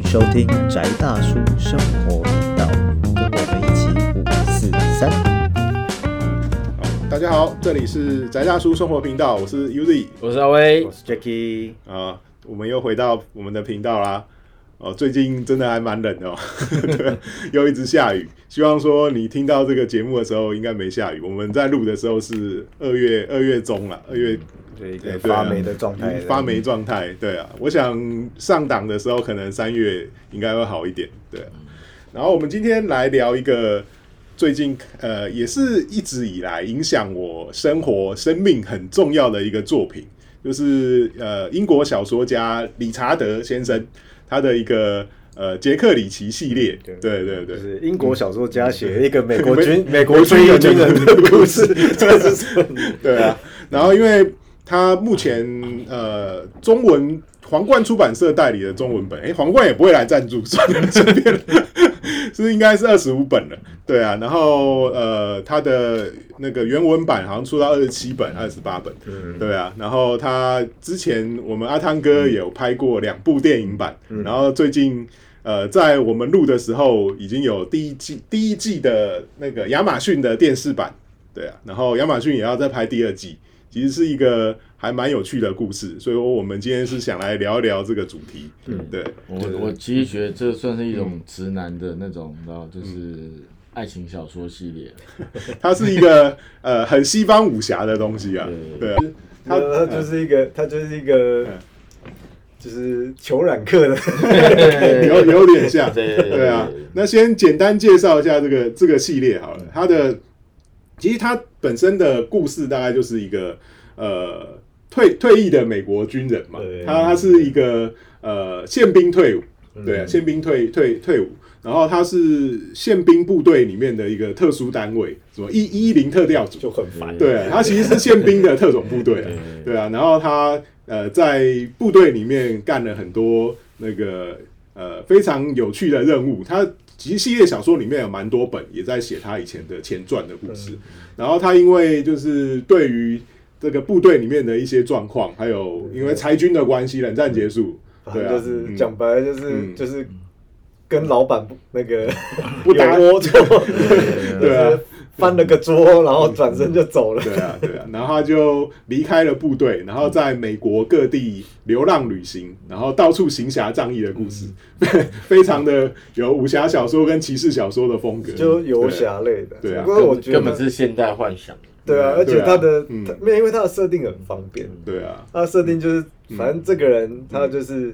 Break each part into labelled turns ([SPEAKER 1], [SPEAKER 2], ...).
[SPEAKER 1] 收听宅大叔生活频道，跟我们一起543。
[SPEAKER 2] 大家好，这里是宅大叔生活频道，我是 Uzi，
[SPEAKER 3] 我是阿威，
[SPEAKER 1] 我是 Jacky。
[SPEAKER 2] 我们又回到我们的频道啦。最近真的还蛮冷的对，又一直下雨。希望说你听到这个节目的时候，应该没下雨。我们在录的时候是2月中啦，2月
[SPEAKER 1] 对一个发霉的状态，
[SPEAKER 2] 发霉状态。对啊，我想上档的时候可能3月应该会好一点。对啊，然后我们今天来聊一个最近也是一直以来影响我生命很重要的一个作品，就是英国小说家理查德先生他的一个杰克里奇系列。对，
[SPEAKER 1] 就是英国小说家写一个美国军人的故事，这是
[SPEAKER 2] 对啊。然后因为他目前中文皇冠出版社代理的中文本，皇冠也不会来赞助，算了，这边是应该是25本了，对啊。然后他的那个原文版好像出到27本、28本，对啊。然后他之前我们阿汤哥也有拍过2部电影版，然后最近在我们录的时候已经有第一季的那个亚马逊的电视版，对啊。然后亚马逊也要再拍第2季。其实是一个还蛮有趣的故事，所以我们今天是想来聊一聊这个主题。对，
[SPEAKER 3] 我其实觉得这算是一种直男的那种，你知道，就是爱情小说系列。
[SPEAKER 2] 它是一个很西方武侠的东西啊。对啊，
[SPEAKER 1] 它就是一个就是裘冉克的
[SPEAKER 2] 有点像。对啊，那先简单介绍一下这个系列好了。其实它本身的故事大概就是一个退役的美国军人嘛，他是一个宪兵退伍，对啊，宪兵退伍，然后他是宪兵部队里面的一个特殊单位，什么110特调组，
[SPEAKER 1] 就很烦。
[SPEAKER 2] 对啊，他其实是宪兵的特种部队啊，对啊，然后他在部队里面干了很多那个非常有趣的任务，他。其实系列小说里面有蛮多本也在写他以前的前传的故事，然后他因为就是对于这个部队里面的一些状况，还有因为裁军的关系，冷战结束，对啊，
[SPEAKER 1] 就是讲白了就是跟老板那个
[SPEAKER 2] 不搭
[SPEAKER 1] 窝做，
[SPEAKER 2] 对啊，
[SPEAKER 1] 翻了个桌，然后转身就走了。
[SPEAKER 2] 对啊，然后他就离开了部队，然后在美国各地流浪旅行，然后到处行侠仗义的故事，非常的有武侠小说跟骑士小说的风格，
[SPEAKER 1] 就游侠类的。
[SPEAKER 2] 对啊，
[SPEAKER 1] 不过我觉得
[SPEAKER 3] 根本是现代幻想。
[SPEAKER 1] 对啊，而且因为他的设定很方便。
[SPEAKER 2] 对啊，
[SPEAKER 1] 他的设定就是，反正这个人他就是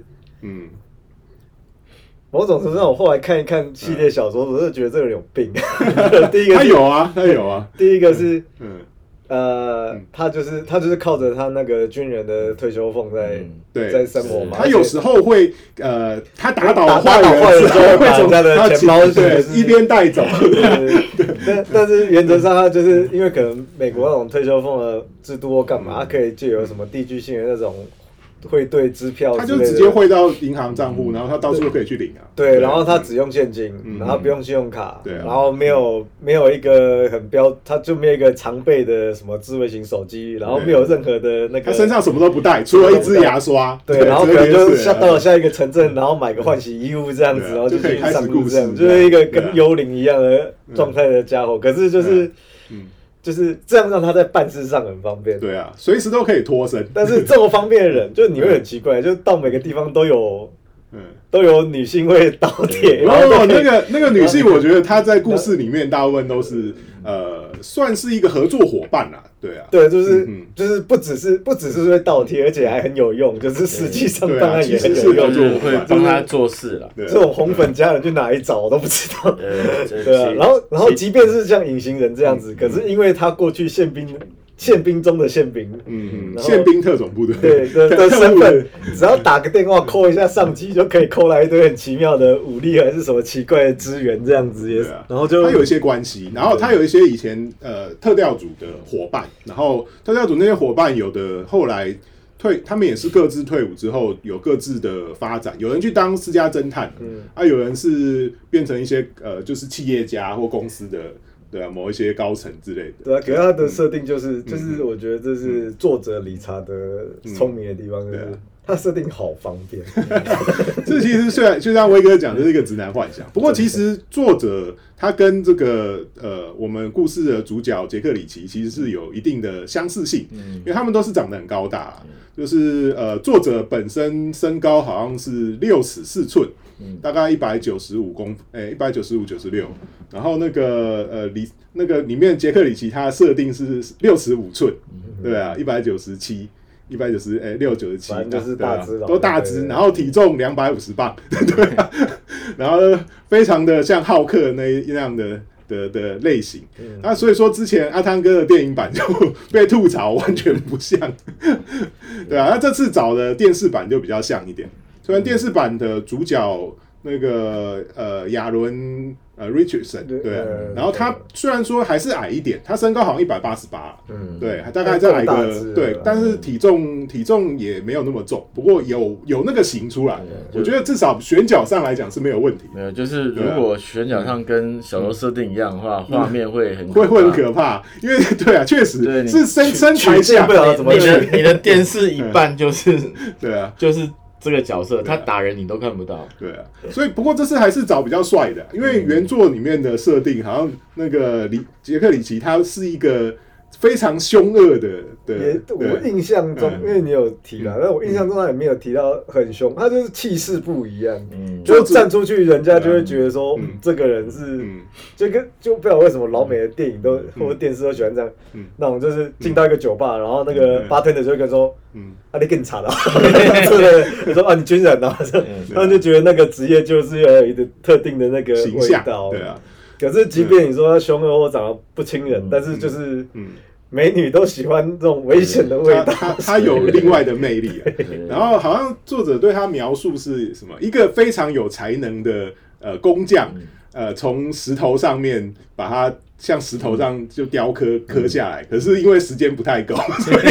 [SPEAKER 1] 某种程度上，我后来看一看系列小说，我就觉得这个人有病。第一个
[SPEAKER 2] 他有啊。
[SPEAKER 1] 第一个是，他就是靠着他那个军人的退休俸在生活嘛。
[SPEAKER 2] 他有时候会他打倒坏
[SPEAKER 1] 人之后会从他的钱包
[SPEAKER 2] 一边带走。
[SPEAKER 1] 但是原则上，他就是因为可能美国那种退休俸的制度或干嘛，他可以借由什么地区性的那种。汇兑支票，
[SPEAKER 2] 他就直接汇到银行账户，然后他到处都可以去领啊。
[SPEAKER 1] 对，然后他只用现金，然后不用信用卡，
[SPEAKER 2] 对，
[SPEAKER 1] 然后没有一个他就没有一个常备的什么智慧型手机，然后没有任何的那个，
[SPEAKER 2] 他身上什么都不带，除了一支牙刷。
[SPEAKER 1] 对，然后可能就到了下一个城镇，然后买个换洗衣物这样子，然后就去上路这样，就是一个跟幽灵一样的状态的家伙。可是就是这样让他在办事上很方便。
[SPEAKER 2] 对啊，随时都可以脱身。
[SPEAKER 1] 但是这么方便的人，就你会很奇怪，就到每个地方都有女性会倒铁。
[SPEAKER 2] 然后那个女性，我觉得她在故事里面大部分都是算是一个合作伙伴啦。对啊，
[SPEAKER 1] 对，就是不只是会倒贴，而且还很有用，就是实际上当然也很有用，
[SPEAKER 3] 会帮他做事了。
[SPEAKER 1] 这种红粉家人去哪里找我都不知道。对啊，然后即便是像隐形人这样子，可是因为他过去宪兵中的宪兵，
[SPEAKER 2] 宪兵特种部队
[SPEAKER 1] 对的身份，只要打个电话扣一下上级，就可以扣来一堆很奇妙的武力还是什么奇怪的资源这样子，然后就
[SPEAKER 2] 他有一些关系，然后他有一些以前特调组的伙伴，然后特调组那些伙伴有的后来他们也是各自退伍之后有各自的发展，有人去当私家侦探，有人是变成一些就是企业家或公司的。对啊，某一些高层之类的。
[SPEAKER 1] 对啊，可是他的设定就是我觉得这是作者理查德聪明的地方，就是它设定好方便。
[SPEAKER 2] 这其实虽然就像威哥讲，这是一个直男幻想。不过其实作者他跟这个我们故事的主角杰克里奇其实是有一定的相似性，因为他们都是长得很高大啦。就是作者本身身高好像是6尺4寸，大概195、96。然后那个里面杰克里奇他设定是6尺5寸，对啊，197。697，
[SPEAKER 1] 反正就是大只佬，
[SPEAKER 2] 都大只，然后体重250磅，对啊，然后非常的像浩克那样的类型。那所以说之前阿汤哥的电影版就被吐槽完全不像，对啊，那这次找的电视版就比较像一点。虽然电视版的主角那个亚伦Richardson 对啊，然后他虽然说还是矮一点，他身高好像188，对，大概再矮个对，但是体重也没有那么重，不过有那个型出来，我觉得至少选角上来讲是没有问题。
[SPEAKER 3] 没有，就是如果选角上跟小时候设定一样的话，画面会很
[SPEAKER 2] 可怕，因为对啊，确实是身材像，
[SPEAKER 3] 你的电视一半就是
[SPEAKER 2] 对啊，
[SPEAKER 3] 就是。这个角色他打人你都看不到，
[SPEAKER 2] 对啊，所以不过这次还是找比较帅的，因为原作里面的设定好像那个杰克里奇他是一个非常凶恶的。
[SPEAKER 1] 我印象中，因为你有提了，但我印象中他也没有提到很凶，他就是气势不一样，就站出去，人家就会觉得说，这个人是，就不知道为什么老美的电影都或者电视都喜欢这样，那种就是进到一个酒吧，然后那个 bartender 就会跟说，啊你更惨了，你说啊你军人啊，他们就觉得那个职业就是要有一个特定的那个味道，
[SPEAKER 2] 对啊。
[SPEAKER 1] 可是即便你说他凶恶或长得不亲人，但是就是美女都喜欢这种危险的味道，
[SPEAKER 2] 他有另外的魅力啊。然后好像作者对他描述是什么？一个非常有才能的工匠，从石头上面把它像石头上就雕刻下来，可是因为时间不太够，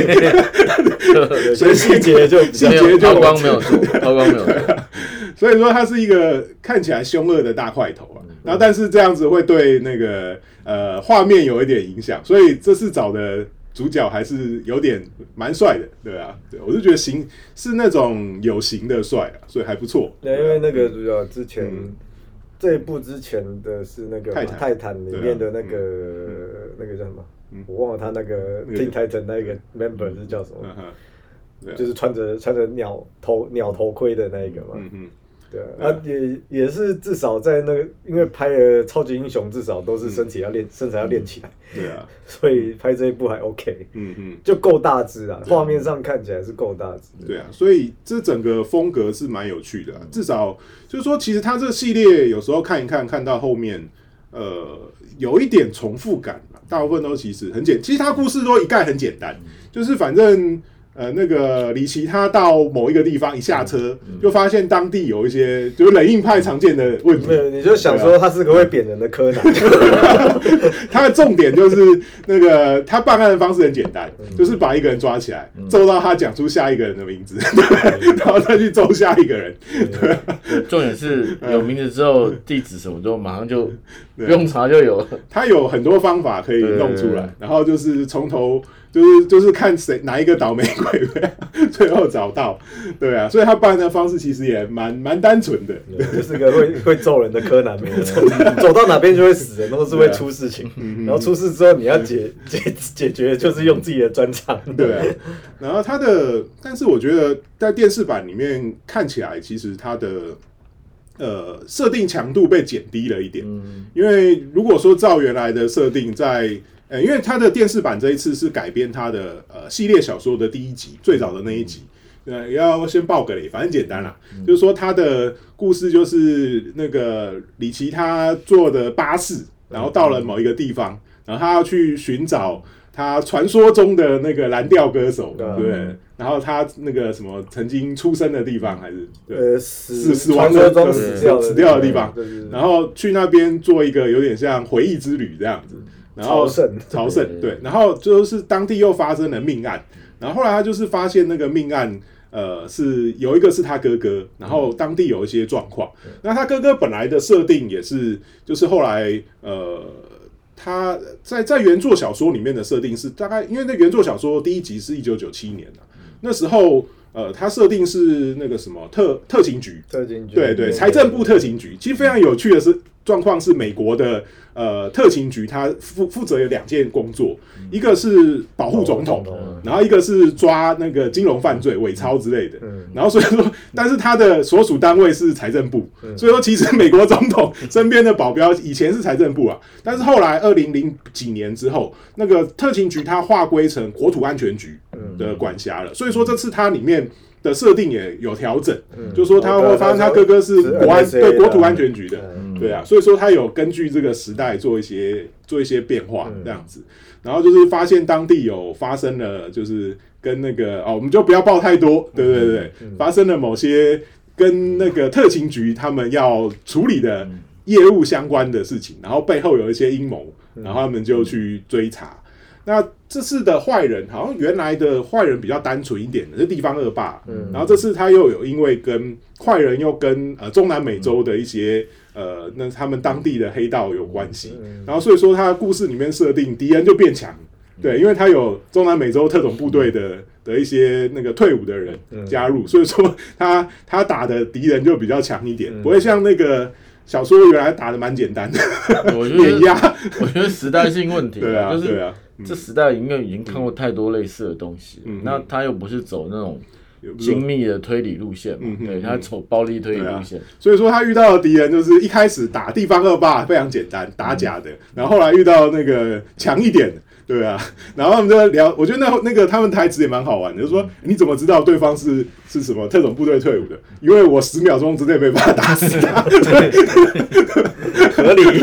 [SPEAKER 1] 所以细节就
[SPEAKER 3] 抛光没有做，
[SPEAKER 2] 所以说他是一个看起来凶恶的大块头啊。然后但是这样子会对那个画面有一点影响，所以这次找的主角还是有点蛮帅的，对啊，对，我就觉得型是那种有型的帅啊，所以还不错。
[SPEAKER 1] 对，因为那个主角之前这一部之前的是那个泰坦里面的那个叫什么？我忘了他那个 Teen Titan 那个 member 是叫什么？就是穿着鸟头盔的那一个嘛。对啊，也是至少在那个，因为拍的超级英雄至少都是身材要练起来，
[SPEAKER 2] 对啊，
[SPEAKER 1] 所以拍这一部还 OK，就够大只啊，画面上看起来是够大只，
[SPEAKER 2] 对啊，所以这整个风格是蛮有趣的，至少就是说，其实它这个系列有时候看一看，看到后面，有一点重复感，大部分都其实很其实它故事都一概很简单，就是反正。那个里奇他到某一个地方一下车，就发现当地有一些就是冷硬派常见的问题。
[SPEAKER 1] 没有，你就想说他是个会扁人的柯南。
[SPEAKER 2] 他的重点就是那个他办案的方式很简单，就是把一个人抓起来，揍到他讲出下一个人的名字，然后再去揍下一个人。
[SPEAKER 3] 重点是有名字之后，地址什么之后马上就不用查就有了。
[SPEAKER 2] 他有很多方法可以弄出来，然后就是从头。就是看哪一个倒霉鬼最后找到，对啊，所以他办的方式其实也蛮单纯的，
[SPEAKER 1] 就是个会揍人的柯南，没有错，走到哪边就会死人，都是会出事情，然后出事之后你要解决，就是用自己的专长，
[SPEAKER 2] 对啊。然后但是我觉得在电视版里面看起来，其实它的设定强度被减低了一点，因为如果说照原来的设定在。因为他的电视版这一次是改编他的系列小说的第1集，最早的那一集。要先爆个雷，反正简单啦，就是说他的故事就是那个里奇他坐的巴士，然后到了某一个地方，然后他要去寻找他传说中的那个蓝调歌手，对不对？然后他那个什么曾经出生的地方还是死亡的死掉的地方，然后去那边做一个有点像回忆之旅这样子。然后朝圣，对，然后就是当地又发生了命案，然后后来他就是发现那个命案，是有一个是他哥哥，然后当地有一些状况。那他哥哥本来的设定也是，就是后来他在原作小说里面的设定是大概，因为那原作小说第1集是1997年的，那时候它设定是那个什么特勤局，对，财政部特勤局。其实非常有趣的是状况是美国的特勤局，它负责有2件工作，一个是保护总统，然后一个是抓那个金融犯罪、伪钞之类的。然后所以说，但是它的所属单位是财政部，所以说其实美国总统身边的保镖以前是财政部啊，但是后来2000几年之后，那个特勤局它划归成国土安全局的管辖了。所以说这次它里面的设定也有调整，就是说他会发现他哥哥是国土安全局的，对啊，所以说他有根据这个时代做一些变化这样子，然后就是发现当地有发生了，就是跟那个我们就不要报太多，对，发生了某些跟那个特勤局他们要处理的业务相关的事情，然后背后有一些阴谋，然后他们就去追查。那这次的坏人好像原来的坏人比较单纯一点的是地方恶霸，然后这次他又有因为跟坏人又跟中南美洲的一些那他们当地的黑道有关系，然后所以说他的故事里面设定敌人就变强，对，因为他有中南美洲特种部队的一些那个退伍的人加入，所以说他打的敌人就比较强一点，不会像那个小说原来打的蛮简单的，碾压。
[SPEAKER 3] 我觉得时代性问题，
[SPEAKER 2] 对啊，
[SPEAKER 3] 就是这时代因为已经看过太多类似的东西，那他又不是走那种精密的推理路线嘛，对，他走暴力推理路线，
[SPEAKER 2] 所以说他遇到的敌人就是一开始打地方恶霸非常简单，打假的，然后后来遇到那个强一点的。对啊，然后他们就聊，我觉得那个他们台词也蛮好玩的，就是说你怎么知道对方是什么特种部队退伍的？因为我10秒钟之内没办法打死他，
[SPEAKER 1] 合理。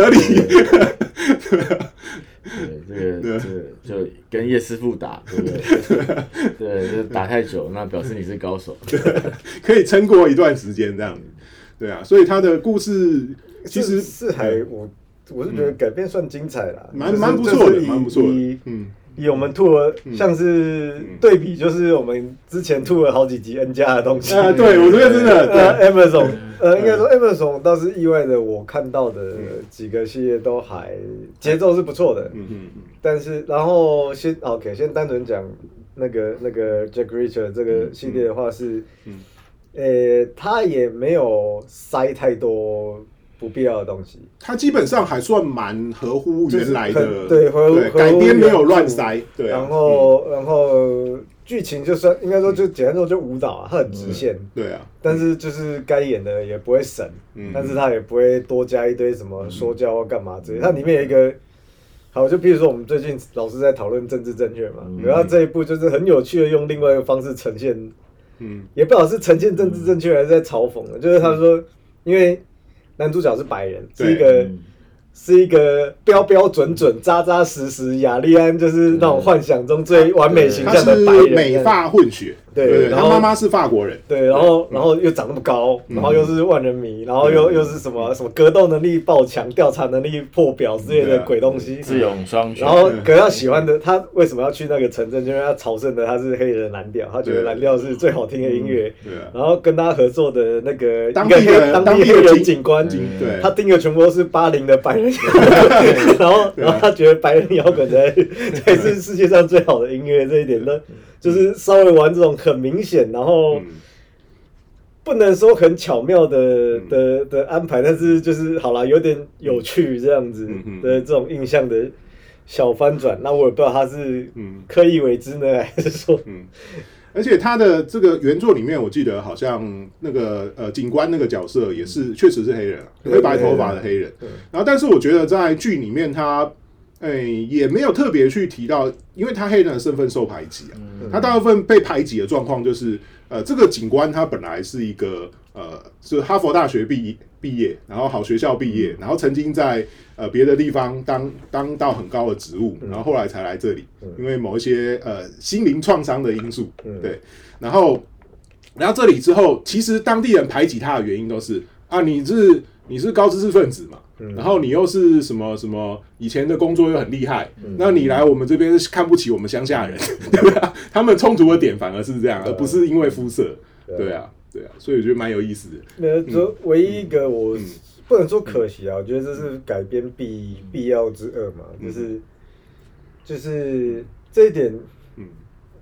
[SPEAKER 3] 对，这个就跟叶师傅打，对不对？对，就打太久，那表示你是高手，
[SPEAKER 2] 可以撑过一段时间这样子。对啊，所以他的故事其实
[SPEAKER 1] 是我是觉得改编算精彩啦，
[SPEAKER 2] 蛮不错的，蛮不错的。
[SPEAKER 1] 以我们吐了，像是对比，就是我们之前吐了好几集 N 加的东西。
[SPEAKER 2] 对，我觉得真的
[SPEAKER 1] ，Amazon，应该说 Amazon 倒是意外的，我看到的几个系列都还节奏是不错的。但是，然后先单纯讲那个 Jack Reacher 这个系列的话是，他也没有塞太多不必要的东西，
[SPEAKER 2] 它基本上还算蛮合乎原来的，
[SPEAKER 1] 对，
[SPEAKER 2] 改编没有乱塞，对、啊。
[SPEAKER 1] 然后剧情就算应该说就简单说就舞蹈啊，它很直线，
[SPEAKER 2] 对啊。
[SPEAKER 1] 但是就是该演的也不会省，但是它也不会多加一堆什么说教或干嘛之类。它里面有一个好，就比如说我们最近老是在讨论政治正确嘛，然后这一部就是很有趣的用另外一个方式呈现，也不知道是呈现政治正确还是在嘲讽的，就是他说因为。男主角是白人，是一个标标准准、扎扎实实雅利安，就是那种幻想中最完美形象的白人，
[SPEAKER 2] 美法混血。对，他妈妈是法国人。
[SPEAKER 1] 对，然后又长那么高，然后又是万人迷，然后又是什么格斗能力爆强、调查能力破表之类的鬼东西，
[SPEAKER 3] 智勇双全。
[SPEAKER 1] 然后可他喜欢的，他为什么要去那个城镇？就是他朝圣的他是黑人蓝调，他觉得蓝调是最好听的音乐。然后跟他合作的那个当地黑人警官，他听的全部都是80的白人然后他觉得白人摇滚才是世界上最好的音乐，这一点呢，就是稍微玩这种很明显，然后不能说很巧妙的安排，但是就是好啦，有点有趣这样子的这种印象的小翻转。那我也不知道他是刻意为之呢，还是说
[SPEAKER 2] 而且他的这个原作里面，我记得好像那个警官那个角色也是确实是黑人，黑白头发的黑人。然后，但是我觉得在剧里面他也没有特别去提到，因为他黑人的身份受排挤啊。他大部分被排挤的状况就是这个警官他本来是一个是哈佛大学毕业，然后好学校毕业，然后曾经在别的地方当到很高的职务，然后后来才来这里，因为某一些心灵创伤的因素，对，然后这里之后，其实当地人排挤他的原因都是啊，你是高知识分子嘛，然后你又是什么什么以前的工作又很厉害，那你来我们这边是看不起我们乡下人，对吧？他们冲突的点反而是这样，而不是因为肤色，对啊，所以我觉得蛮有意思的。
[SPEAKER 1] 就唯一一个我不能说可惜啊，我觉得这是改编必要之恶嘛，就是这一点，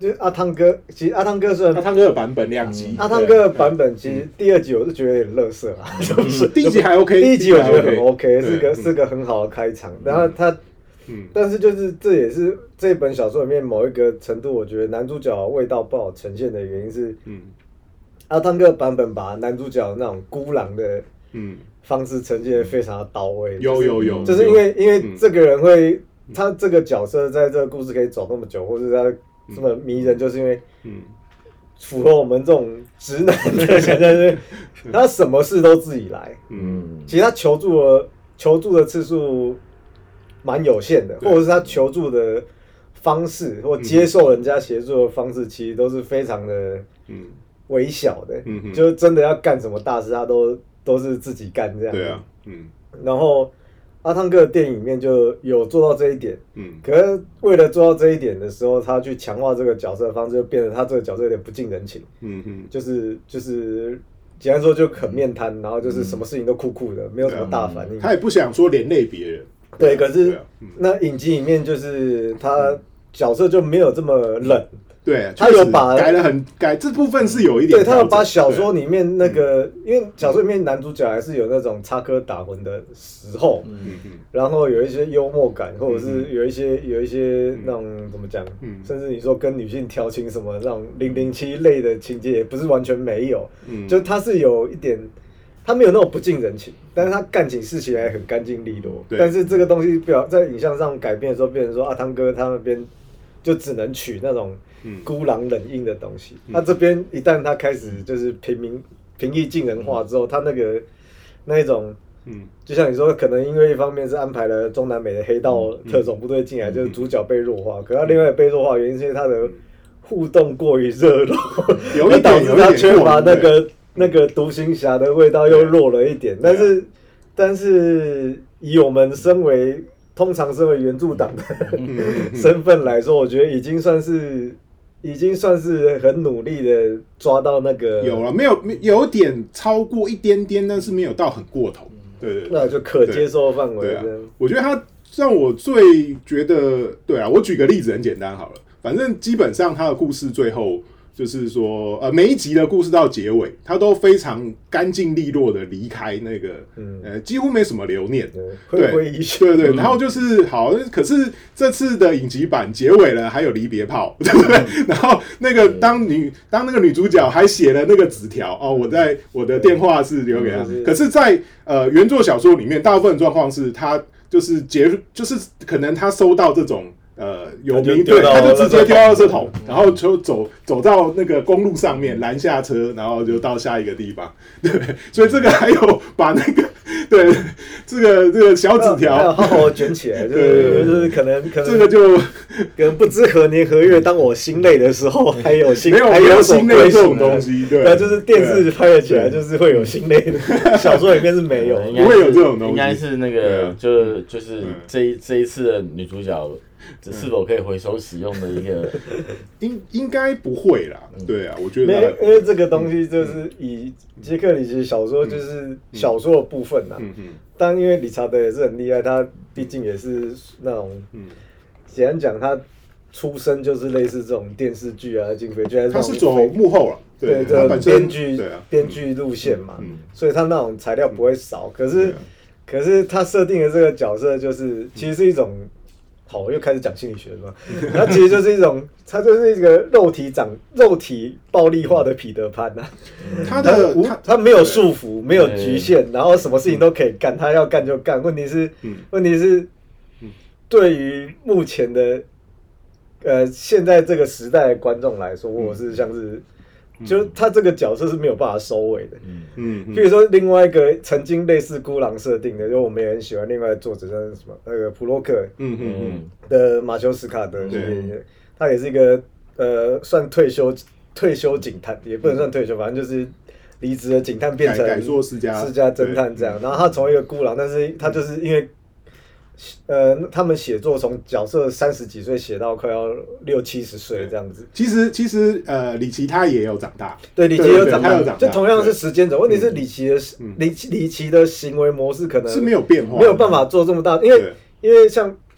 [SPEAKER 1] 就是阿汤哥，其实阿汤哥虽然
[SPEAKER 2] 阿汤哥的版本2集，
[SPEAKER 1] 阿汤哥的版本其实第2集我是觉得有点垃圾啊，就是
[SPEAKER 2] 第1集还 OK，
[SPEAKER 1] 第1集我觉得很 OK， 是个很好的开场，然后他。但是就是这也是这本小说里面某一个程度，我觉得男主角味道不好呈现的原因是，阿汤哥版本把男主角那种孤狼的方式呈现的非常的到位，
[SPEAKER 2] 有，
[SPEAKER 1] 就是因为这个人会，他这个角色在这个故事可以走那么久，或者他这么迷人，就是因为符合我们这种直男的想象，就是他什么事都自己来，其实他求助的次数蛮有限的，或者是他求助的方式或接受人家协助的方式，其实都是非常的微小的，就真的要干什么大事，他都是自己干这样。
[SPEAKER 2] 对啊，
[SPEAKER 1] 然后阿汤哥的电影里面就有做到这一点，可是为了做到这一点的时候，他去强化这个角色的方式，就变得他这个角色有点不近人情，就是简单说就很面瘫，然后就是什么事情都酷酷的，没有什么大反应。
[SPEAKER 2] 他也不想说连累别人。
[SPEAKER 1] 对，可是那影集里面就是他角色就没有这么冷。
[SPEAKER 2] 对，
[SPEAKER 1] 他有把
[SPEAKER 2] 改这部分是有一点。
[SPEAKER 1] 对，他有把小说里面那个，因为小说里面男主角还是有那种插科打诨的时候，然后有一些幽默感，或者是有一些那种怎么讲，甚至你说跟女性调情什么那种007类的情节，也不是完全没有，就他是有一点。他没有那种不近人情，但是他干起事起来很干净利落。但是这个东西在影像上改变的时候，变成说阿汤哥他那边就只能取那种孤狼冷硬的东西。他这边一旦他开始就是平易近人化之后，他那一种，就像你说，可能因为一方面是安排了中南美的黑道特种部队进来，就是主角被弱化，可他另外被弱化的原因是因为他的互动过于热络，
[SPEAKER 2] 有
[SPEAKER 1] 导致他缺乏那个独行侠的味道又弱了一点，但是以我们通常身为原著党的身份来说，我觉得已经算是很努力的抓到那个
[SPEAKER 2] 有了，有点超过一点点，但是没有到很过头，对，
[SPEAKER 1] 那就可接受范围。
[SPEAKER 2] 我觉得他让我最觉得，对啊，我举个例子很简单好了，反正基本上他的故事最后。就是说，每一集的故事到结尾，他都非常干净利落的离开那个，几乎没什么留念，对，然后就是好，可是这次的影集版结尾了，还有离别炮，对不对？然后那个当那个女主角还写了那个纸条，我的电话是留给她，可是，在原作小说里面，大部分状况是他就是可能他收到这种。有名对，他就直接丢到垃圾桶，然后就走到那个公路上面拦下车，然后就到下一个地方，对，所以这个还有把那个对这个小纸条
[SPEAKER 1] 好好卷起来，就是可能
[SPEAKER 2] 这个就可
[SPEAKER 1] 能不知何年何月，当我心累的时候，还有心
[SPEAKER 2] 累这种东西，对，
[SPEAKER 1] 就是电视拍了起来，就是会有心累的，小说里面是没有，
[SPEAKER 2] 不会有这种东西，
[SPEAKER 3] 应该是那个就是这一次的女主角。是否可以回收使用的一个？
[SPEAKER 2] 应该不会啦，对啊，我觉得
[SPEAKER 1] 因为这个东西就是以杰克里奇小说就是小说的部分啦，但因为理查德也是很厉害，他毕竟也是那种，简单讲他出身就是类似这种电视剧啊、警匪剧，
[SPEAKER 2] 他是走幕后了，
[SPEAKER 1] 对，编剧路线嘛，所以他那种材料不会少，可是他设定的这个角色就是其实是一种。好，我又开始讲心理学了嘛。它其实就是它就是一个肉体暴力化的彼得潘呐。他没有束缚，没有局限，然后什么事情都可以干，他要干就干。问题是，对于目前的现在这个时代的观众来说，或者是像是。就他这个角色是没有办法收尾的，比如说另外一个曾经类似孤狼设定的，就我们也很喜欢另外的作者叫什么那个普洛克，的马修斯卡德，他也是一个算退休警探，也不能算退休，反正就是离职的警探变成
[SPEAKER 2] 改做私家
[SPEAKER 1] 侦探这样，然后他从一个孤狼，但是他就是因为。他们写作从角色30几岁写到快要60、70岁这样子。
[SPEAKER 2] 其实里奇他也有长大，
[SPEAKER 1] 对，里奇也有长大，就同样是时间轴。问题是里奇的行为模式可能
[SPEAKER 2] 是没有变化，
[SPEAKER 1] 没有办法做这么大，因为像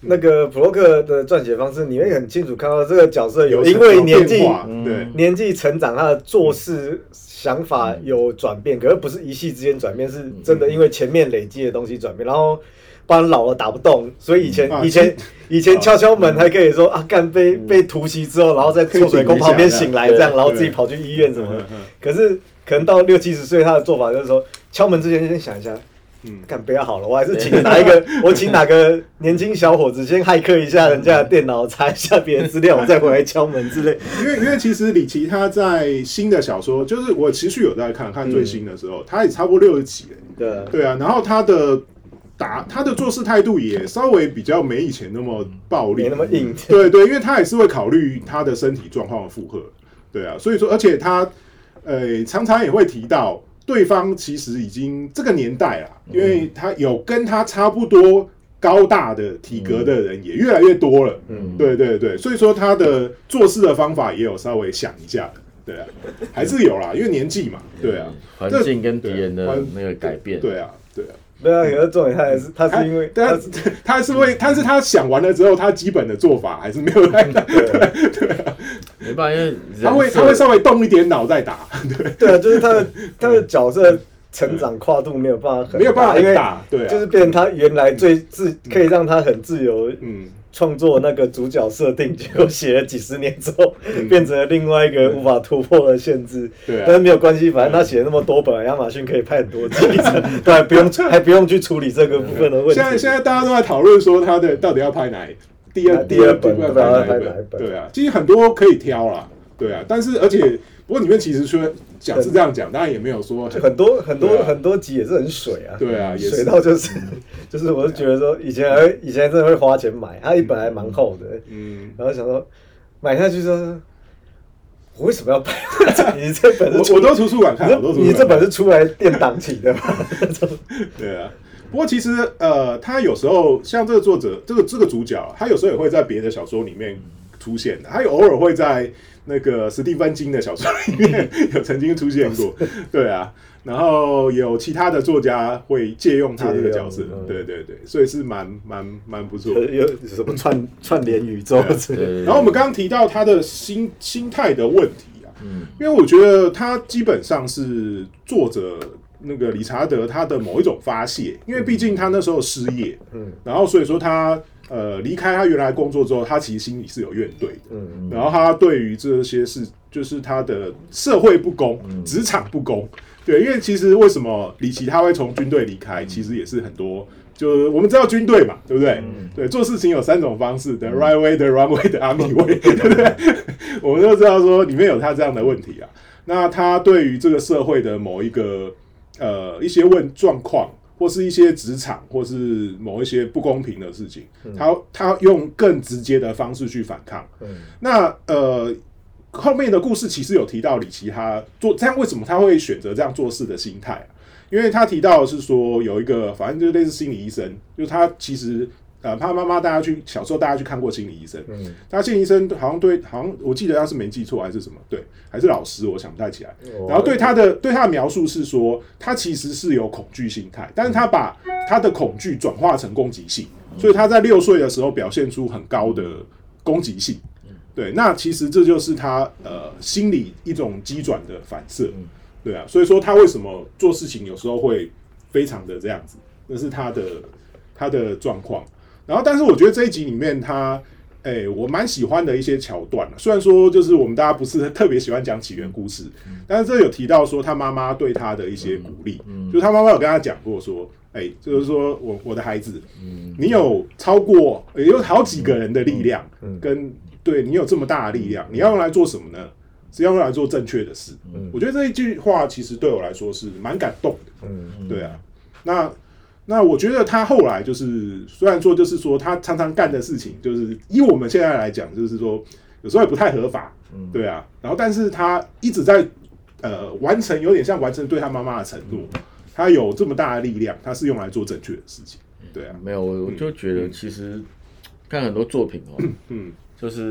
[SPEAKER 1] 那个普洛克的撰写方式，你会很清楚看到这个角色有因为年纪成长，他的做事想法有转变，可是不是一夕之间转变，是真的因为前面累积的东西转变，然后不然老了打不动，所以以前敲敲门还可以说啊干被突袭之后，然后在臭水沟旁边醒来这样，然后自己跑去医院什么的。可是可能到60、70岁，他的做法就是说，敲门之前先想一下。干不要好了，我还是请哪个年轻小伙子先骇客一下人家的电脑，查一下别的资料，我再回来敲门之类。
[SPEAKER 2] 因为其实李琦他在新的小说，就是我持续有在看最新的时候，他也差不多60几了。对啊，然后他的做事态度也稍微比较没以前那么暴力，
[SPEAKER 1] 没那么硬。
[SPEAKER 2] 对，因为他也是会考虑他的身体状况的负荷。对啊，所以说，而且他常常也会提到。对方其实已经这个年代啦，因为他有跟他差不多高大的体格的人也越来越多了。对，所以说他的做事的方法也有稍微想一下的，对啊，还是有啦，因为年纪嘛，对啊，
[SPEAKER 3] 环境跟敌人的那个改变，
[SPEAKER 2] 对啊。
[SPEAKER 1] 对啊，可是重点他是因为
[SPEAKER 2] 他是会，但是他想完了之后，他基本的做法还是没有来的，对啊，
[SPEAKER 3] 没办法，因为
[SPEAKER 2] 他会稍微动一点脑再打，
[SPEAKER 1] 对啊，就是他的角色成长跨度没有办法很
[SPEAKER 2] 大，对啊，
[SPEAKER 1] 就是变成他原来可以让他很自由，创作那个主角设定，结果写了几十年之后，变成了另外一个无法突破的限制。对啊，但是没有关系，反正他写了那么多本，亚马逊可以拍很多集，对，还不用去处理这个部分的问题。
[SPEAKER 2] 现在大家都在讨论说他的到底要拍哪第二本，不知道要拍哪一本。对啊，其实很多可以挑啦，对啊，但是而且不过里面其实说讲是这样讲，当然也没有说
[SPEAKER 1] 很多集也是很水啊，
[SPEAKER 2] 对啊，
[SPEAKER 1] 水到就是我是觉得说以前真的会花钱买，它一本还蛮厚的，然后想说买下去之后，我为什么要买？你这本
[SPEAKER 2] 我都图书馆看，
[SPEAKER 1] 你这本是出来垫档期的吗？
[SPEAKER 2] 对啊。不过其实他有时候像这个作者这个主角，他有时候也会在别的小说里面出现的，他偶尔会在那个史蒂芬金的小说里面有曾经出现过，对啊，然后有其他的作家会借用他这个角色，对，所以是蛮不错的，
[SPEAKER 1] 有什么串联宇宙之类的。
[SPEAKER 2] 然后我们刚刚提到他的心态的问题啊，因为我觉得他基本上是作者那个理查德他的某一种发泄，因为毕竟他那时候失业，然后所以说他离开他原来工作之后，他其实心里是有怨怼的，然后他对于这些事，就是他的社会不公、职场不公，对，因为其实为什么李琦他会从军队离开，其实也是很多，就是我们知道军队嘛，对不对？对，做事情有3种方式：the right way、the wrong way、the army way， 对不对？我们都知道说里面有他这样的问题啊。那他对于这个社会的某一个一些状况。或是一些职场，或是某一些不公平的事情，他用更直接的方式去反抗。那后面的故事其实有提到李琦他做这样，为什么他会选择这样做事的心态啊？因为他提到的是说有一个，反正就是类似心理医生，就是他其实他妈妈小时候大家去看过心理医生，他心理医生好像我记得他是没记错还是什么，对，还是老师，我想不太起来。然后对他的描述是说，他其实是有恐惧心态，但是他把他的恐惧转化成攻击性，所以他在6岁的时候表现出很高的攻击性。对，那其实这就是他心理一种机转的反射，对啊，所以说他为什么做事情有时候会非常的这样子，那是他的状况。然后，但是我觉得这一集里面我蛮喜欢的一些桥段，虽然说就是我们大家不是特别喜欢讲起源故事，但是这有提到说他妈妈对他的一些鼓励，就是他妈妈有跟他讲过说，就是说我的孩子，你有有好几个人的力量，对你有这么大的力量，你要用来做什么呢？是要用来做正确的事。我觉得这一句话其实对我来说是蛮感动的。对啊，那我觉得他后来就是，虽然说就是说他常常干的事情，就是以我们现在来讲，就是说有时候也不太合法，对啊。然后，但是他一直在有点像完成对他妈妈的承诺。他有这么大的力量，他是用来做正确的事情，对啊。
[SPEAKER 3] 没有，我就觉得其实看很多作品就是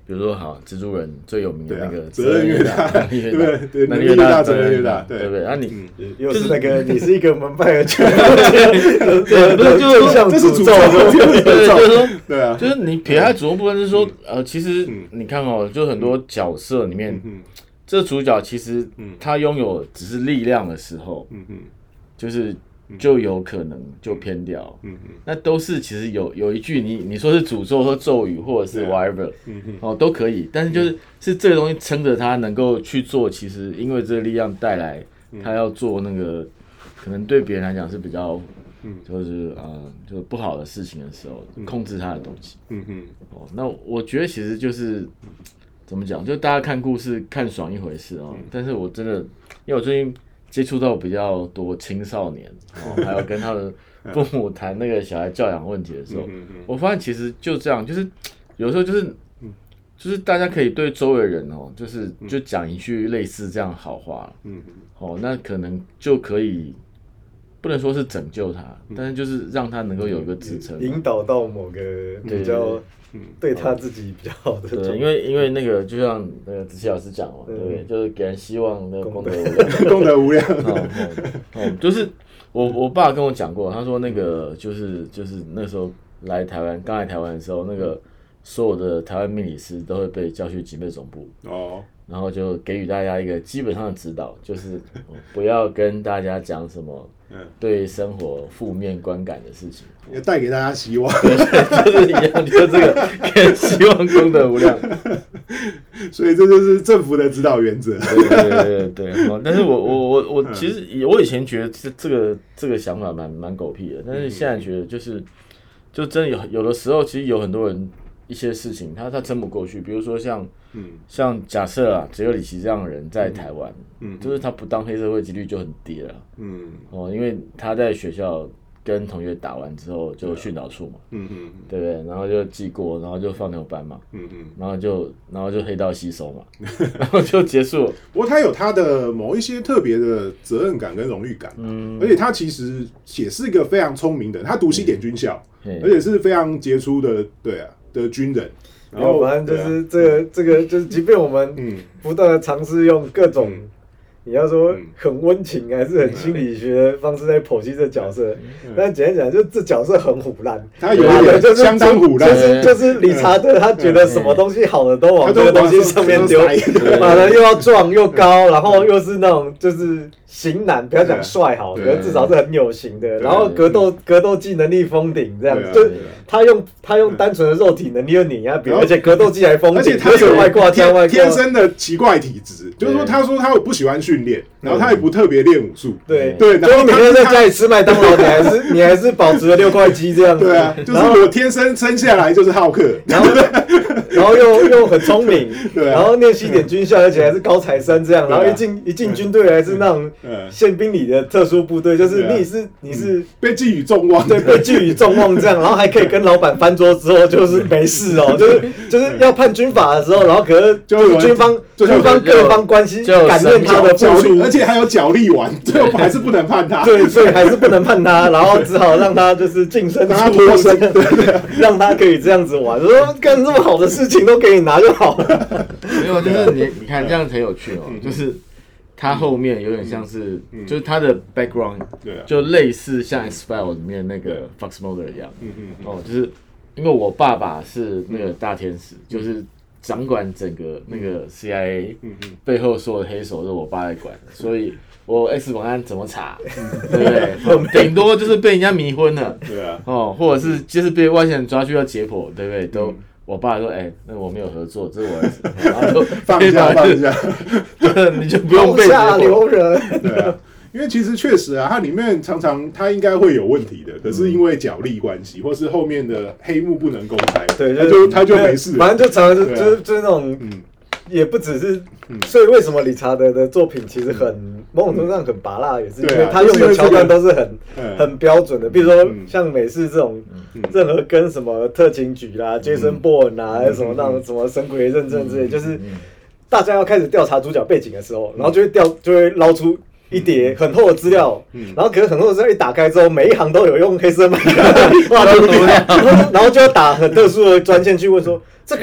[SPEAKER 3] 比如说好蜘蛛人最有名的那个
[SPEAKER 2] 责任越大，对，能力越大责任越大，对
[SPEAKER 3] 不对？啊，你
[SPEAKER 1] 又是那个你是一个门派的权
[SPEAKER 3] 对，
[SPEAKER 1] 正向诅咒，
[SPEAKER 3] 对，就是说，
[SPEAKER 2] 对啊，
[SPEAKER 3] 就是你撇开主角部分，是说其实你看哦，就很多角色里面，这主角其实他拥有只是力量的时候，就是就有可能就偏掉，那都是其实有一句你说是诅咒或咒语或者是 whatever，都可以，但是就是这个东西撑着他能够去做，其实因为这个力量带来他要做那个可能对别人来讲是比较就是就不好的事情的时候，控制他的东西，那我觉得其实就是怎么讲，就大家看故事看爽一回事但是我真的因为我最近接触到比较多青少年，还有跟他的父母谈那个小孩教养问题的时候，我发现其实就这样，就是有时候就是大家可以对周围人就讲一句类似这样好话，那可能就可以不能说是拯救他，但是就是让他能够有一个支撑，
[SPEAKER 1] 引导到某个比较对他自己比较好的。
[SPEAKER 3] 对，因为那个就像那个子琪老师讲嘛，对不对？就是给人希望，那个功德无量，
[SPEAKER 2] 功德无量。
[SPEAKER 3] 就是我爸跟我讲过，他说那个就是那时候刚来台湾的时候，那个所有的台湾命理师都会被叫去警备总部然后就给予大家一个基本上的指导，就是不要跟大家讲什么对生活负面观感的事情，
[SPEAKER 2] 要带给大家希望。
[SPEAKER 3] 对，就是一样，就这个给人希望功德无量。
[SPEAKER 2] 所以这就是政府的指导原则。
[SPEAKER 3] 对。但是我其实我以前觉得这个想法蛮狗屁的，但是现在觉得就真的有的时候，其实有很多人一些事情他撑不过去，比如说像假设只有李琦这样的人在台湾，就是他不当黑社会几率就很低了，因为他在学校跟同学打完之后就训导处嘛，对不对？然后就记过，然后就放牛班嘛，然后就黑道吸收嘛，然后就结束了。
[SPEAKER 2] 不过他有他的某一些特别的责任感跟荣誉感，而且他其实也是一个非常聪明的人，他读西点军校，而且是非常杰出的，的军人。
[SPEAKER 1] 然后反正就是这个就是，即便我们不断的尝试用各种你要说很温情还是很心理学的方式在剖析这角色，但简单讲，就这角色很唬烂，
[SPEAKER 2] 他有一点相当唬烂，
[SPEAKER 1] 就是理查德他觉得什么东西好的都往这个东西上面丢，妈的又要壮又高，然后又是那种就是型男，不要讲帅好，可是至少是很有型的，然后格斗技能力封顶这样，就他用单纯的肉体能力就碾压别人，而且格斗技还封顶，
[SPEAKER 2] 而且他有
[SPEAKER 1] 外挂
[SPEAKER 2] 天生的奇怪体质，就是说他说他不喜欢训练，然后他也不特别练武术，对，然后
[SPEAKER 1] 每天在家里吃麦当劳，你还是保持了6块肌这样子，
[SPEAKER 2] 对啊，就是我天生生下来就是好客，
[SPEAKER 1] 然后又很聪明，然后念西点军校，而且还是高材生这样，然后一进军队还是那种宪兵里的特殊部队，就是你是
[SPEAKER 2] 被寄予重望，
[SPEAKER 1] 对，被寄予重望这样，然后还可以跟老板翻桌之后就是没事哦，就是要判军法的时候，然后可是就是军方各方关系感念他的付出，
[SPEAKER 2] 而且还有角力完，最后还是不能判他，
[SPEAKER 1] 对，所以还是不能判他，然后只好让他就是净身出户，让他可以这样子玩，说干这么好的事情都给你拿就好了。
[SPEAKER 3] 没有，就是你看这样很有趣就是他后面有点像是，就是他的 background，就类似像 X-Files 里面那个 Fox Mulder 一样，就是因为我爸爸是那个大天使，就是掌管整个那个 CIA 背后所有的黑手都是我爸在管的，所以我 X 档案怎么查，对不对？顶多就是被人家迷昏了，
[SPEAKER 2] 对啊，
[SPEAKER 3] 或者是就是被外星人抓去要解剖，对不对？都我爸说，那我没有合作，这是我儿子，然后就
[SPEAKER 2] 放下，
[SPEAKER 3] 你就不用被
[SPEAKER 1] 下留人，
[SPEAKER 2] 对啊。因为其实确实它里面常常它应该会有问题的，可是因为角力关系，或是后面的黑幕不能公开，
[SPEAKER 1] 对，
[SPEAKER 2] 他就没事了。
[SPEAKER 1] 反正就常常就是那种，也不只是，所以为什么理查德的作品其实某种程度上很拔辣，也是因为他用的桥段都是很标准的，比如说像美式这种，任何跟什么特勤局啦、杰森·波恩啊，还是什么那种什么神鬼认证之类，就是大家要开始调查主角背景的时候，然后就会捞出一叠很厚的资料，然后可是很厚的资料一打开之后，每一行都有用黑色麦克画出来，然后就要打很特殊的专线去问说，这个人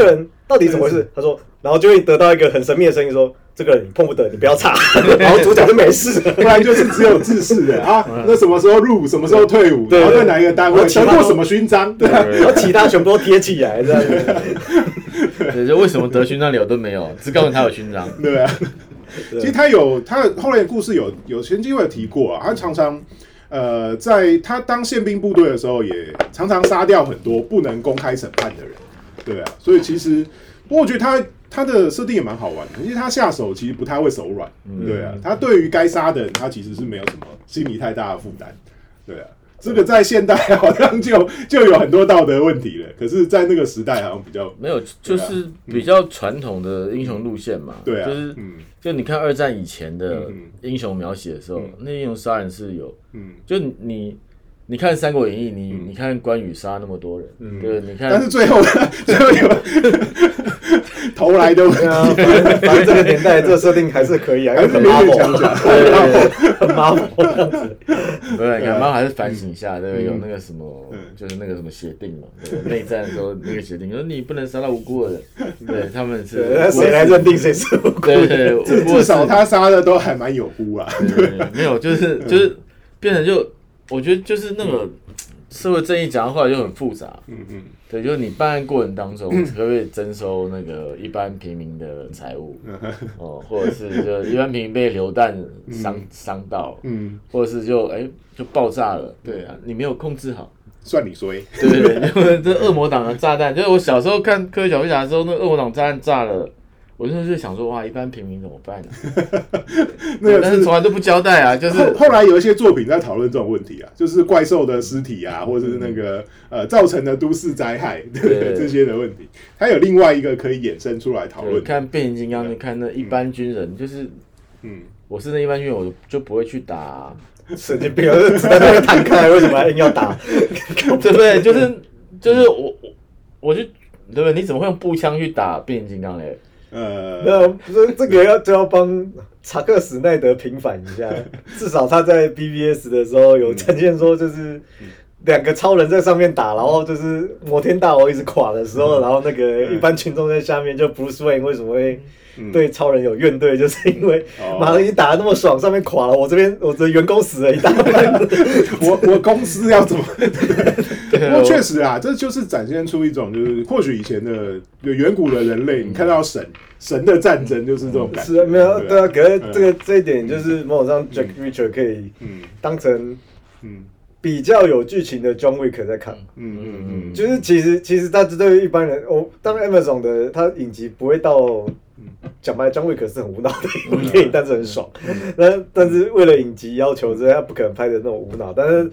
[SPEAKER 1] 到底怎么回事？他说，然后就会得到一个很神秘的声音说。这个人你碰不得，你不要查，然后主角就没事了。
[SPEAKER 2] 不然就是只有制式的啊，那什么时候入伍，什么时候退伍，然后在哪一个单位得过什么勋章，对，
[SPEAKER 1] 然后其他全部都贴起来，这样子。
[SPEAKER 3] 对，就为什么得勋章理由都没有，只告诉他有勋章。
[SPEAKER 2] 对啊，其实他后来的故事有前机会提过啊，他常常在他当宪兵部队的时候，也常常杀掉很多不能公开审判的人，对啊，所以其实不过我觉得他的设定也蛮好玩的，因为他下手其实不太会手软，对啊，他对于该杀的人，他其实是没有什么心理太大的负担，对啊，这个在现代好像就有很多道德问题了，可是，在那个时代好像比较
[SPEAKER 3] 没有，就是比较传统的英雄路线嘛，
[SPEAKER 2] 对啊，
[SPEAKER 3] 就是就你看二战以前的英雄描写的时候，那英雄杀人是有，就你看《三国演义》，你看关羽杀那么多人，对，你看，
[SPEAKER 2] 但是最后有投来的问题，
[SPEAKER 1] 反正这个年代这个设定还是可以啊，
[SPEAKER 2] 还是勉勉强强，
[SPEAKER 1] 很Marvel这样子。
[SPEAKER 3] 对，你看还是反省一下，对，有那个什么，就是那个什么协定嘛，内战的时候那个协定，说你不能杀到无辜的人，对，他们是
[SPEAKER 1] 谁来认定谁是无辜？
[SPEAKER 3] 对，
[SPEAKER 2] 至少他杀的都还蛮有辜啊。
[SPEAKER 3] 对，没有，就是变成就。我觉得就是那个社会正义讲到后来就很复杂，对，就是你办案过程当中可不可以征收那个一般平民的财物，或者是就一般平民被流弹伤到，或者是就爆炸了，对啊，你没有控制好，
[SPEAKER 2] 算你衰，
[SPEAKER 3] 对，这恶魔党的炸弹，就是我小时候看科学小飞侠的时候，那恶魔党炸弹炸了。我就是想说，哇，一般平民怎么办呢？但是从来都不交代啊。就是
[SPEAKER 2] 后来有一些作品在讨论这种问题啊，就是怪兽的尸体啊，或者是那个造成的都市灾害这些的问题，它有另外一个可以衍生出来讨论。
[SPEAKER 3] 看变形金刚，你看那一般军人，就是我是那一般军人，我就不会去打
[SPEAKER 1] 神经病，子弹被弹开，为什么还硬要打？
[SPEAKER 3] 对不对？就是我就对不对？你怎么会用步枪去打变形金刚嘞？
[SPEAKER 1] 没有，不是这个就要帮查克·史奈德平反一下，至少他在 BVS 的时候有呈现说，就是两个超人在上面打，然后就是摩天大楼一直垮的时候，然后那个一般群众在下面，就 Bruce Wayne 为什么会对超人有怨怼，就是因为马上你打得那么爽，上面垮了，我的员工死了一大半，
[SPEAKER 2] 我公司要怎么？不过确实啊，这就是展现出一种，就是或许以前的远古的人类，你看到神的战争就是这种感觉。
[SPEAKER 1] 是啊，没有对啊，可是这一点就是某种上 Jack Reacher 可以当成比较有剧情的 John Wick 在看。就是其实他对于一般人，当 Amazon 的他影集不会到。讲白 ，John Wick 是很无脑的一部电影，但是很爽。但是为了影集要求，他不可能拍的那种无脑。但是，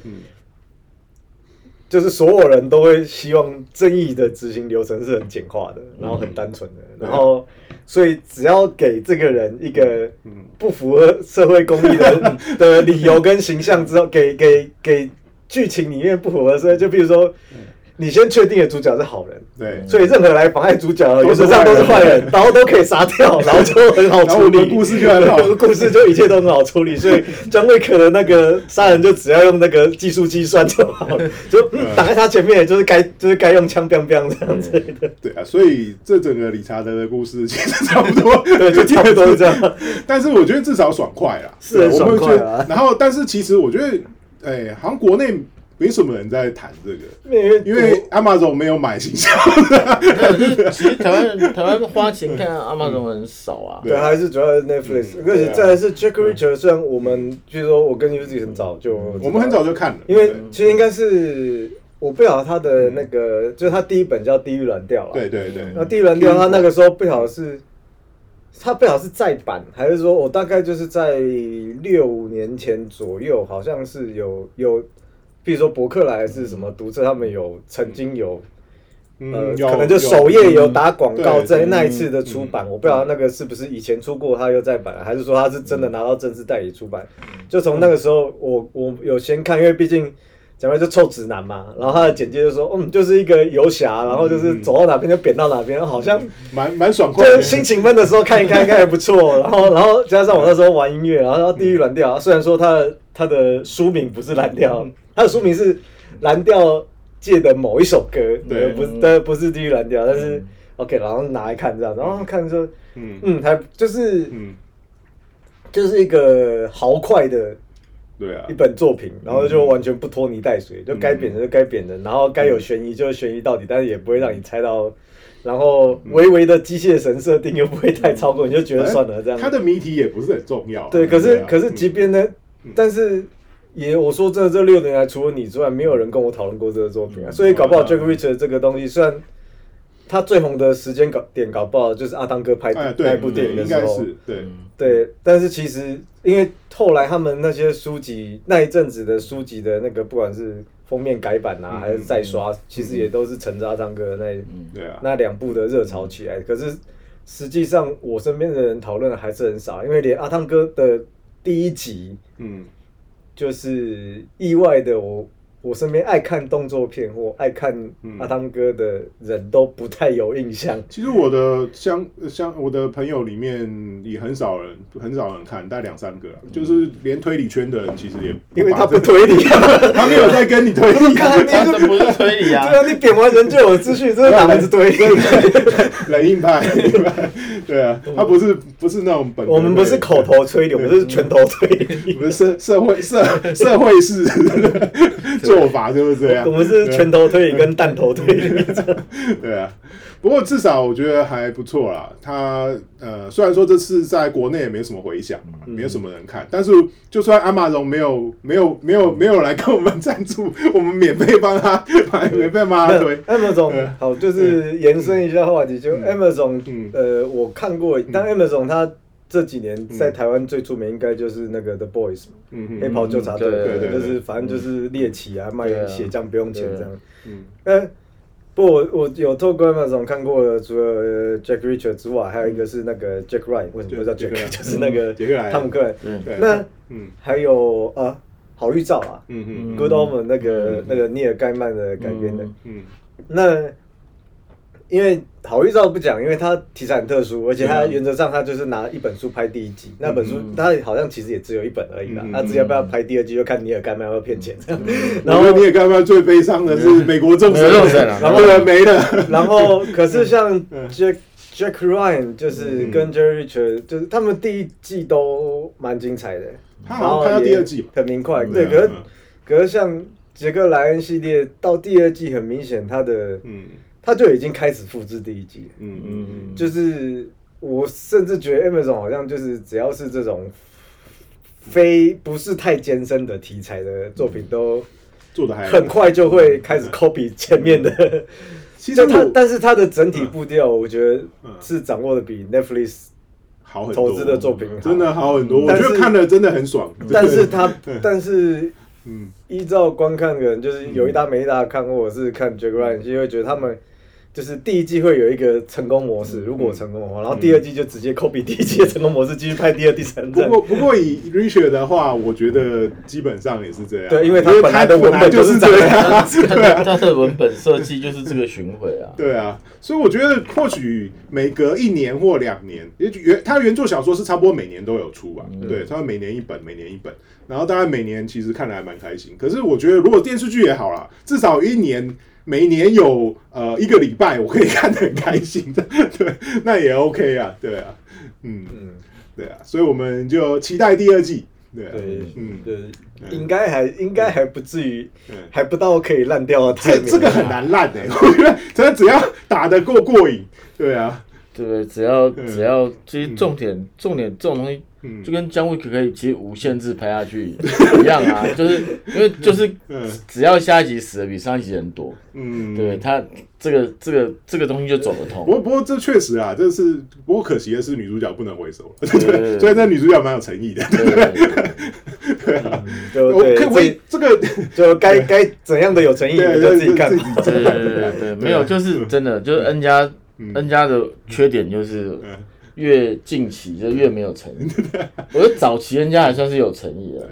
[SPEAKER 1] 就是所有人都会希望正义的执行流程是很简化的，然后很单纯的。然后，所以只要给这个人一个不符合社会公义的理由跟形象之后，给剧情里面不符合社会，就比如说。你先确定的主角是好人，
[SPEAKER 2] 对，
[SPEAKER 1] 所以任何来妨碍主角的原则上都是坏人，然后都可以杀掉，然后就很好处理，
[SPEAKER 2] 故事就很好，
[SPEAKER 1] 故事就一切都很好处理，所以John Wick的那个杀人就只要用那个计数计算就好了，就挡在他前面，就是该用枪 biang biang 这样子的。
[SPEAKER 2] 对啊，所以这整个理查德的故事其实差不多，
[SPEAKER 1] 对，就差不多是这样。
[SPEAKER 2] 但是我觉得至少爽快啦，
[SPEAKER 1] 是很爽快啊。
[SPEAKER 2] 然后，但是其实我觉得，好像国内。没什么人在谈这个，因为 Amazon 没有买形象。
[SPEAKER 3] 其实台湾花钱看 Amazon 很少啊。
[SPEAKER 1] 对，还是主要是 Netflix，而且再来是 Jack Reacher。虽然我们，比如说我跟 Uzi 很早就，
[SPEAKER 2] 我们很早就看了，
[SPEAKER 1] 因为其实应该是我不晓得他的那个，就是他第一本叫《地狱蓝调》了。
[SPEAKER 2] 对。
[SPEAKER 1] 那《地狱蓝调》他那个时候不晓得是。他不晓得是再版，还是说我大概就是在6年前左右，好像是有。比如说博客来还是什么读者，他们曾经有可能就首页有打广告在那一次的出版，我不知道那个是不是以前出过他又再版，还是说他是真的拿到正式代理出版。就从那个时候我有先看，因为毕竟讲白就臭直男嘛，然后他的简介就说就是一个游侠，然后就是走到哪边就扁到哪边，好像
[SPEAKER 2] 蛮爽快的。
[SPEAKER 1] 就心情闷的时候看一看应该还不错，然后加上我那时候玩音乐，然后地狱蓝调，虽然说他的书名不是蓝调。他的书名是蓝调界的某一首歌，不是地狱蓝调，但是 OK， 然后拿来看这样，然后看说，还就是一个豪快的。
[SPEAKER 2] 对啊，
[SPEAKER 1] 一本作品，然后就完全不拖泥带水，就该扁的就该扁的，然后该有悬疑就悬疑到底，但是也不会让你猜到，然后微微的机械神设定又不会太超过，你就觉得算了这样。
[SPEAKER 2] 它的谜题也不是很重要。
[SPEAKER 1] 对，可是即便呢，但是我说真的，这6年来除了你之外，没有人跟我讨论过这个作品啊，所以搞不好 Jack Reacher 这个东西，虽然他最红的时间点搞不好就是阿汤哥拍那部电影的时候，对，但是其实因为后来他们那些书籍那一阵子的书籍的那个不管是封面改版啊，还是再刷，其实也都是乘着阿汤哥的那2部的热潮起来。可是实际上我身边的人讨论的还是很少，因为连阿汤哥的第1集，就是意外的我身边爱看动作片或爱看阿汤哥的人都不太有印象。
[SPEAKER 2] 其实我的像我的朋友里面也很少人看，大概2-3个，就是连推理圈的人其实也
[SPEAKER 1] 因为他不推理啊，
[SPEAKER 2] 他没有在跟你推理，
[SPEAKER 3] 他不是推理啊。
[SPEAKER 1] 对啊，你点完人就有资讯，这是哪门子推理？
[SPEAKER 2] 冷硬派，对啊，他不是那种
[SPEAKER 1] 我们不是口头推理，我们是拳头推理，
[SPEAKER 2] 我们是社会式做法就是这样。
[SPEAKER 1] 我们是拳头推理跟弹头推理。
[SPEAKER 2] 对啊，不过至少我觉得还不错啦。他虽然说这次在国内也没什么回响，没有什么人看，但是就算Amazon没有来跟我们赞助，我们免费帮他推。
[SPEAKER 1] Amazon 好，就是延伸一下话题，就 Amazon 我看过，但 Amazon 它这几年在台湾最出名应该就是那个 The Boys， 黑袍纠察队，就是反正就是猎奇啊，卖血浆不用钱这样。不，我有透过 Amazon 看过的，除了 Jack Reacher 之外，还有一个是那个 Jack Ryan， 为什么叫 Jack？ 就是那个汤姆克莱。那还有好预兆啊，Good Omens 那个尼尔盖曼的改编的。那因为好预兆不讲，因为它题材很特殊，而且它原则上它就是拿一本书拍第1集，那本书它好像其实也只有1本而已啦。那要不要拍第2季，就看尼尔盖曼要不要骗钱这样。
[SPEAKER 2] 然后尼尔盖曼最悲伤的是美国众神，然后没了。
[SPEAKER 1] 然后可是像 Jack Ryan 就是跟 Jack Reacher 就是他们第1季都蛮精彩的，
[SPEAKER 2] 他好像拍到第2季
[SPEAKER 1] 很明快。对，可是像杰克莱恩系列到第2季很明显他就已经开始复制第1季了。就是我甚至觉得 Amazon 好像就是只要是这种不是太艰深的题材的作品，都
[SPEAKER 2] 做的还
[SPEAKER 1] 很快就会开始 copy 前面的。其实但是它的整体步调，我觉得是掌握的比 Netflix
[SPEAKER 2] 好很多，
[SPEAKER 1] 投资的作品好，
[SPEAKER 2] 真的好很多。我觉得看了真的很爽。
[SPEAKER 1] 但是依照观看的人，就是有一搭没一搭看，或者是看 Jack Ryan， 就会觉得他们就是第1季会有一个成功模式，如果成功的话，然后第2季就直接 copy 第1季的成功模式，继续拍第2、第3季。
[SPEAKER 2] 不过以 Reacher 的话，我觉得基本上也是这样。
[SPEAKER 1] 对，因为他本来的文本就是这样，
[SPEAKER 3] 他的文本设计就是这个巡回啊。
[SPEAKER 2] 对啊，所以我觉得或许每隔1年或2年，他原作小说是差不多每年都有出吧？对，他每年一本，然后大概每年其实看得还蛮开心。可是我觉得如果电视剧也好啦，至少每年有1个礼拜我可以看得很开心的，对，那也 OK 啊，对啊，对啊，所以我们就期待第2季，对啊，
[SPEAKER 1] 应该还不至于，还不到可以烂掉的太
[SPEAKER 2] 这个很难烂我觉得真的只要打得过瘾，对啊，
[SPEAKER 3] 对，只要其实重点这种东西。就跟姜Wick可以其实无限制拍下去一样啊，就是因为就是只要下一集死的比上一集人多，对他这个东西就走得通。
[SPEAKER 2] 不过这确实啊，不过可惜的是女主角不能回首了，对，所以那女主角蛮有诚意的，对啊，这个
[SPEAKER 1] 就该怎样的有诚意，你就自己看。
[SPEAKER 3] 对，没有，就是真的，就是 N 家的缺点就是。越近期就越没有诚意，我觉得早期人家还算是有诚意的，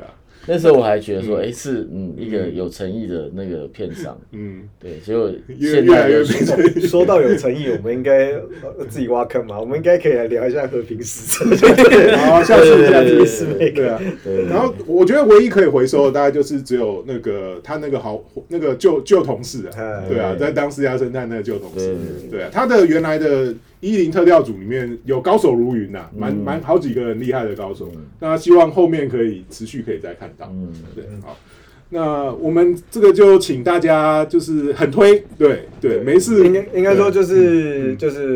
[SPEAKER 3] 那时候我还觉得说，是一个有诚意的那个片商，对，结果现在
[SPEAKER 1] 说到有诚意，我们应该自己挖坑嘛，我们应该可以来聊一下和平使者。
[SPEAKER 2] 好，下次
[SPEAKER 1] 对啊，
[SPEAKER 2] 然后我觉得唯一可以回收的大概就是只有那个他那个旧同事啊，对啊，在当私家侦探那个旧同事，对啊，他的原来的110特调组里面有高手如云呐，蛮好几个很厉害的高手，那希望后面可以持续可以再看到，对，好。那我们这个就请大家就是很推，对，没事，
[SPEAKER 1] 应该说就是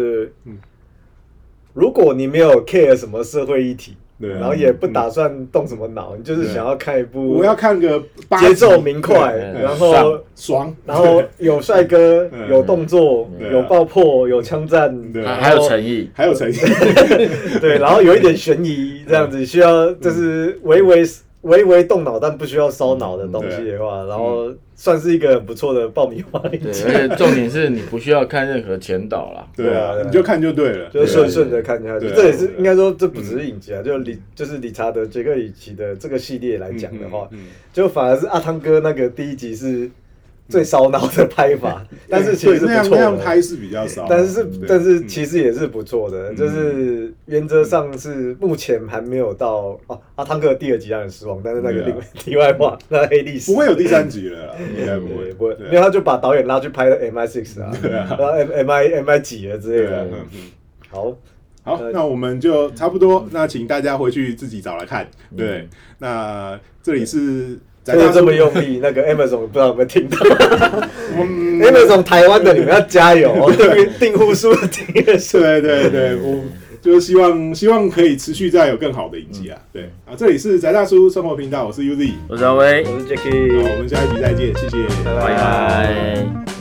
[SPEAKER 1] 如果你没有 care 什么社会议题，然后也不打算动什么脑，你就是想要看一部，
[SPEAKER 2] 我要看个
[SPEAKER 1] 节奏明快，然后
[SPEAKER 2] 爽，
[SPEAKER 1] 然后有帅哥，有动作，有爆破，有枪战，
[SPEAKER 3] 还有诚意，
[SPEAKER 1] 对，然后有一点悬疑，这样子需要就是微微动脑但不需要烧脑的东西的话，然后算是一个很不错的爆米花影集。
[SPEAKER 3] 而且重点是你不需要看任何前导啦，
[SPEAKER 2] 对啊，你就看就对了，
[SPEAKER 1] 就顺的看下去。这也是应该说，这不只是影集啊，就是理查德·杰克里奇的这个系列来讲的话，就反而是阿汤哥那个第一集是最烧脑的拍法，但是其实是不错的。
[SPEAKER 2] 那样拍是比较烧，
[SPEAKER 1] 但是其实也是不错的，就是原则上是目前还没有到阿汤哥第2集让人失望，但是那个题外话，那黑历史
[SPEAKER 2] 不会有第3集了啦，应该不会，
[SPEAKER 1] 因为他就把导演拉去拍了 MI6 啊，然后 MI 几了之类的。好，
[SPEAKER 2] 那我们就差不多，那请大家回去自己找来看。对，那这里是。
[SPEAKER 1] 这么用力，那个 Amazon 不知道有没有听到？Amazon 台湾的你们要加油哦，订户数订阅数。
[SPEAKER 2] 对，我就是希望可以持续再有更好的影集啊。对啊，这里是宅大叔生活频道，我是 UZ，
[SPEAKER 3] 我是阿威，
[SPEAKER 1] 我是 Jacky，
[SPEAKER 2] 好，我们下一集再见，谢谢，
[SPEAKER 3] 拜拜。